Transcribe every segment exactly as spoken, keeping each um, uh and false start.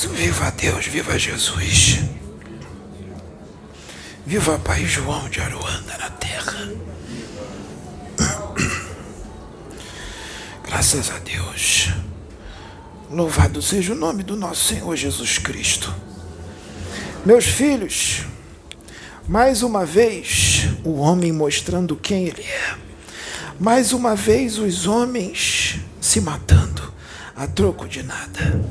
isso. Viva Deus, viva Jesus. Viva Pai João de Aruanda na terra. Graças a Deus. Louvado seja o nome do nosso Senhor Jesus Cristo. Meus filhos, mais uma vez o homem mostrando quem ele é. Mais uma vez os homens se matando a troco de nada.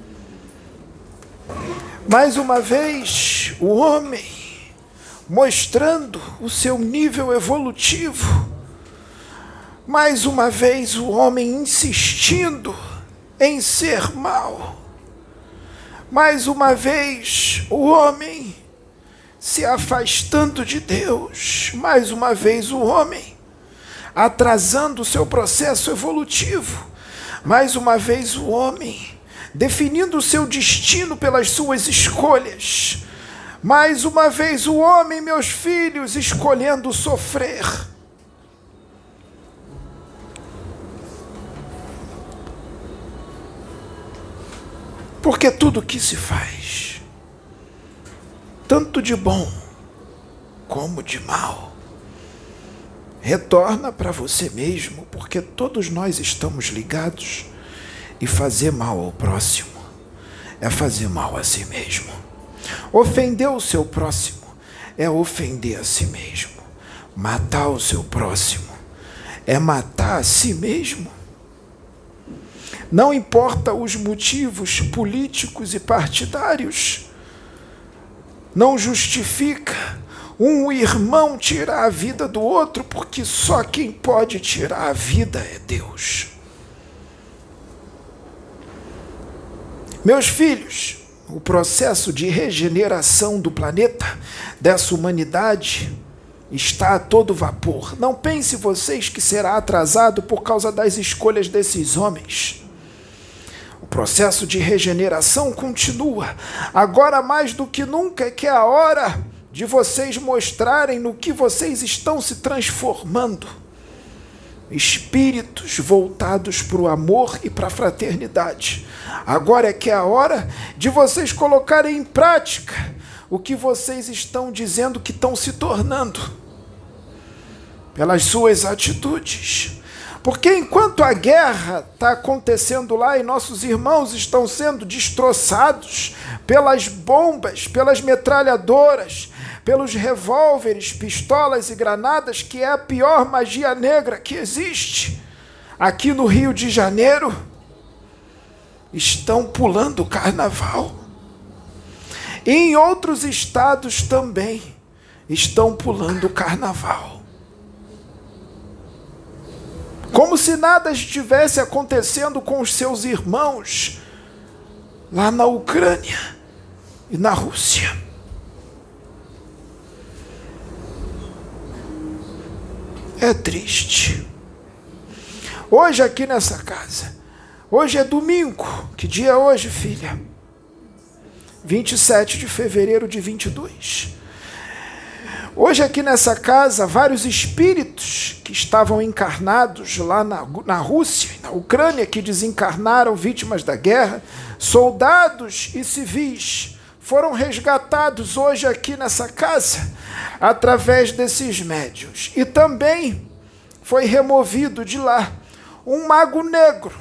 Mais uma vez o homem mostrando o seu nível evolutivo. Mais uma vez o homem insistindo em ser mau. Mais uma vez o homem se afastando de Deus. Mais uma vez o homem atrasando o seu processo evolutivo. Mais uma vez o homem definindo o seu destino pelas suas escolhas. Mais uma vez o homem, meus filhos, escolhendo sofrer. Porque tudo que se faz, tanto de bom como de mal, retorna para você mesmo, porque todos nós estamos ligados, e fazer mal ao próximo é fazer mal a si mesmo. Ofender o seu próximo é ofender a si mesmo. Matar o seu próximo é matar a si mesmo. Não importa os motivos políticos e partidários, não justifica um irmão tirar a vida do outro, porque só quem pode tirar a vida é Deus. Meus filhos, o processo de regeneração do planeta, dessa humanidade, está a todo vapor. Não pense vocês que será atrasado por causa das escolhas desses homens. O processo de regeneração continua. Agora mais do que nunca é que é a hora de vocês mostrarem no que vocês estão se transformando. Espíritos voltados para o amor e para a fraternidade. Agora é que é a hora de vocês colocarem em prática o que vocês estão dizendo que estão se tornando, pelas suas atitudes. Porque enquanto a guerra está acontecendo lá e nossos irmãos estão sendo destroçados pelas bombas, pelas metralhadoras, pelos revólveres, pistolas e granadas, que é a pior magia negra que existe, aqui no Rio de Janeiro, estão pulando o carnaval. E em outros estados também estão pulando o carnaval. Como se nada estivesse acontecendo com os seus irmãos lá na Ucrânia e na Rússia. É triste. Hoje aqui nessa casa, hoje é domingo. Que dia é hoje, filha? vinte e sete de fevereiro de vinte e dois. Hoje aqui nessa casa, vários espíritos que estavam encarnados lá na, na Rússia e na Ucrânia, que desencarnaram vítimas da guerra, soldados e civis, foram resgatados hoje aqui nessa casa, através desses médiuns. E também foi removido de lá um mago negro.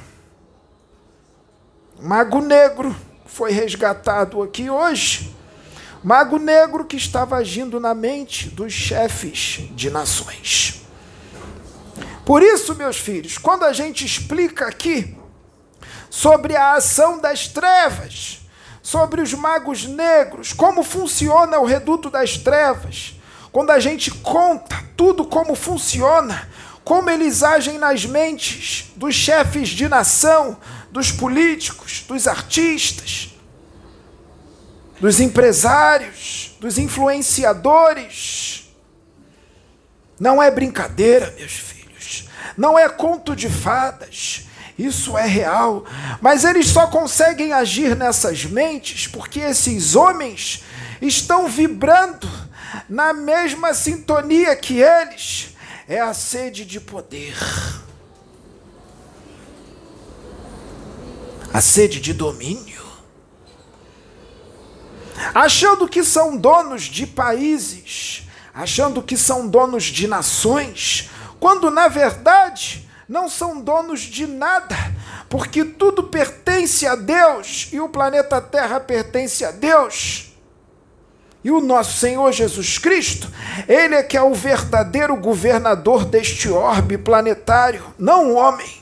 Um mago negro foi resgatado aqui hoje. Mago negro que estava agindo na mente dos chefes de nações. Por isso, meus filhos, quando a gente explica aqui sobre a ação das trevas, sobre os magos negros, como funciona o reduto das trevas, quando a gente conta tudo como funciona, como eles agem nas mentes dos chefes de nação, dos políticos, dos artistas, dos empresários, dos influenciadores. Não é brincadeira, meus filhos. Não é conto de fadas. Isso é real. Mas eles só conseguem agir nessas mentes porque esses homens estão vibrando na mesma sintonia que eles. É a sede de poder. A sede de domínio. achando que são donos de países, achando que são donos de nações, quando na verdade não são donos de nada, porque tudo pertence a Deus e o planeta Terra pertence a Deus. E o nosso Senhor Jesus Cristo, Ele é que é o verdadeiro governador deste orbe planetário, não o homem.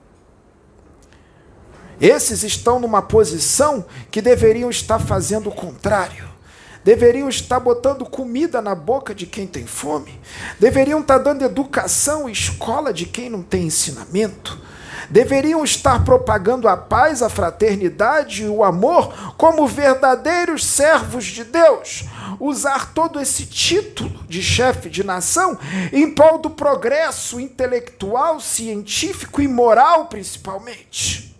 Esses estão numa posição que deveriam estar fazendo o contrário. Deveriam estar botando comida na boca de quem tem fome. Deveriam estar dando educação e escola de quem não tem ensinamento. Deveriam estar propagando a paz, a fraternidade e o amor como verdadeiros servos de Deus. Usar todo esse título de chefe de nação em prol do progresso intelectual, científico e moral, principalmente.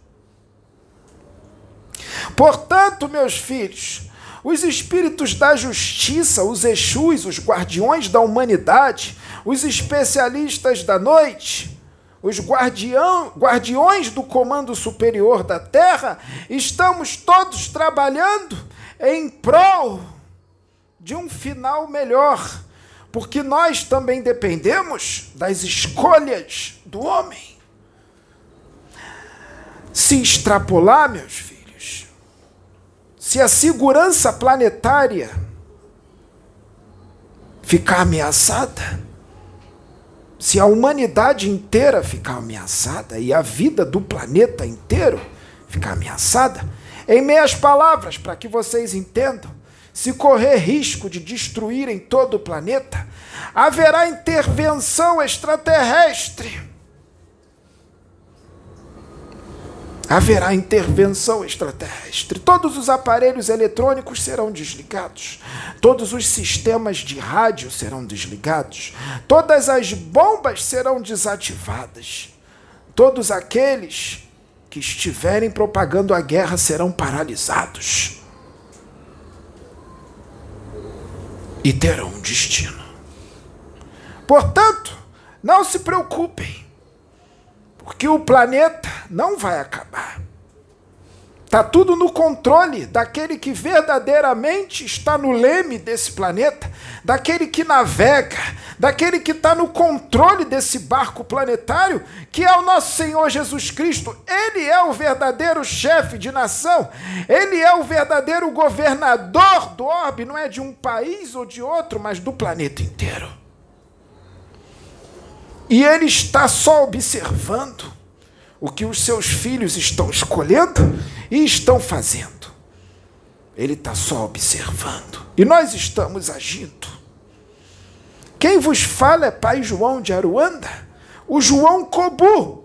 Portanto, meus filhos, os espíritos da justiça, os Exus, os guardiões da humanidade, os especialistas da noite, os guardião, guardiões do comando superior da Terra, estamos todos trabalhando em prol de um final melhor, porque nós também dependemos das escolhas do homem. Se extrapolar, meus filhos, se a segurança planetária ficar ameaçada, se a humanidade inteira ficar ameaçada e a vida do planeta inteiro ficar ameaçada, em meias palavras, para que vocês entendam, se correr risco de destruírem todo o planeta, haverá intervenção extraterrestre. Haverá intervenção extraterrestre. Todos os aparelhos eletrônicos serão desligados. Todos os sistemas de rádio serão desligados. Todas as bombas serão desativadas. Todos aqueles que estiverem propagando a guerra serão paralisados. E terão um destino. Portanto, não se preocupem, porque o planeta não vai acabar. Está tudo no controle daquele que verdadeiramente está no leme desse planeta, daquele que navega, daquele que está no controle desse barco planetário, que é o nosso Senhor Jesus Cristo. Ele é o verdadeiro chefe de nação, ele é o verdadeiro governador do orbe, não é de um país ou de outro, mas do planeta inteiro. E ele está só observando o que os seus filhos estão escolhendo e estão fazendo. Ele está só observando. E nós estamos agindo. Quem vos fala é Pai João de Aruanda, o João Kobu.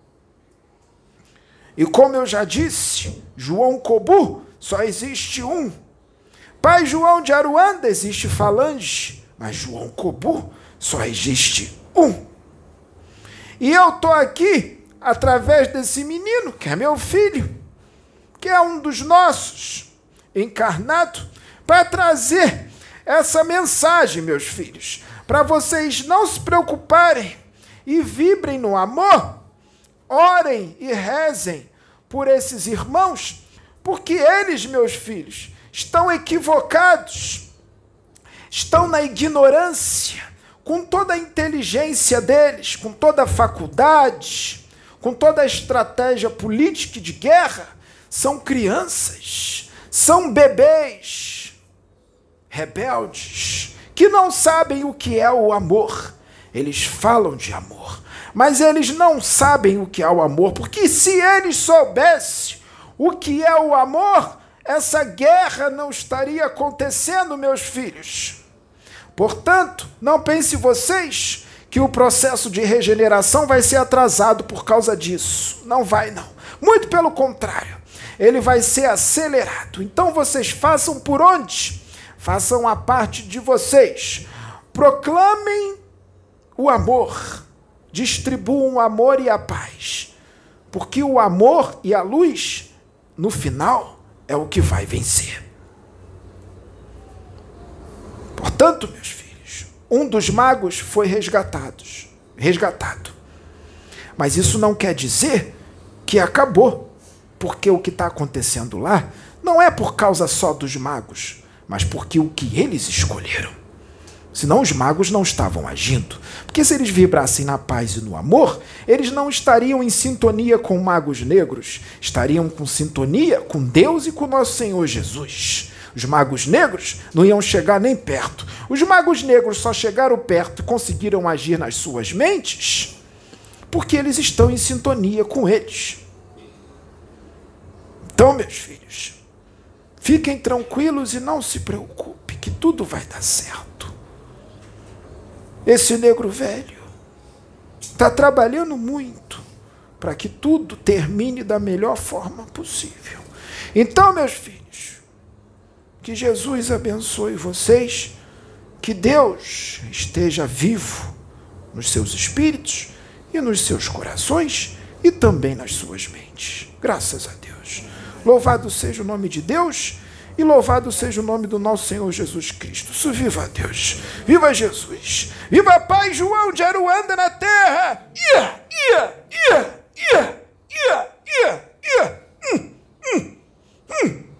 E como eu já disse, João Kobu só existe um. Pai João de Aruanda existe Falange, mas João Kobu só existe um. E eu estou aqui através desse menino, que é meu filho, que é um dos nossos, encarnado, para trazer essa mensagem, meus filhos, para vocês não se preocuparem e vibrem no amor, orem e rezem por esses irmãos, porque eles, meus filhos, estão equivocados, estão na ignorância, com toda a inteligência deles, com toda a faculdade, com toda a estratégia política e de guerra, são crianças, são bebês, rebeldes, que não sabem o que é o amor. Eles falam de amor, mas eles não sabem o que é o amor, porque se eles soubessem o que é o amor, essa guerra não estaria acontecendo, meus filhos. Portanto, não pense vocês que o processo de regeneração vai ser atrasado por causa disso. Não vai, não. Muito pelo contrário. Ele vai ser acelerado. Então vocês façam por onde? Façam a parte de vocês. Proclamem o amor. Distribuam o amor e a paz. Porque o amor e a luz, no final, é o que vai vencer. Portanto, meus filhos, um dos magos foi resgatado, resgatado. Mas isso não quer dizer que acabou, porque o que está acontecendo lá não é por causa só dos magos, mas porque o que eles escolheram. Senão os magos não estavam agindo. Porque se eles vibrassem na paz e no amor, eles não estariam em sintonia com magos negros, estariam com sintonia com Deus e com nosso Senhor Jesus. Os magos negros não iam chegar nem perto. Os magos negros só chegaram perto e conseguiram agir nas suas mentes porque eles estão em sintonia com eles. Então, meus filhos, fiquem tranquilos e não se preocupem, que tudo vai dar certo. Esse negro velho está trabalhando muito para que tudo termine da melhor forma possível. Então, meus filhos, que Jesus abençoe vocês, que Deus esteja vivo nos seus espíritos e nos seus corações e também nas suas mentes. Graças a Deus. Louvado seja o nome de Deus e louvado seja o nome do nosso Senhor Jesus Cristo. Isso, viva Deus, viva Jesus, viva a paz, João de Aruanda na terra. Yeah!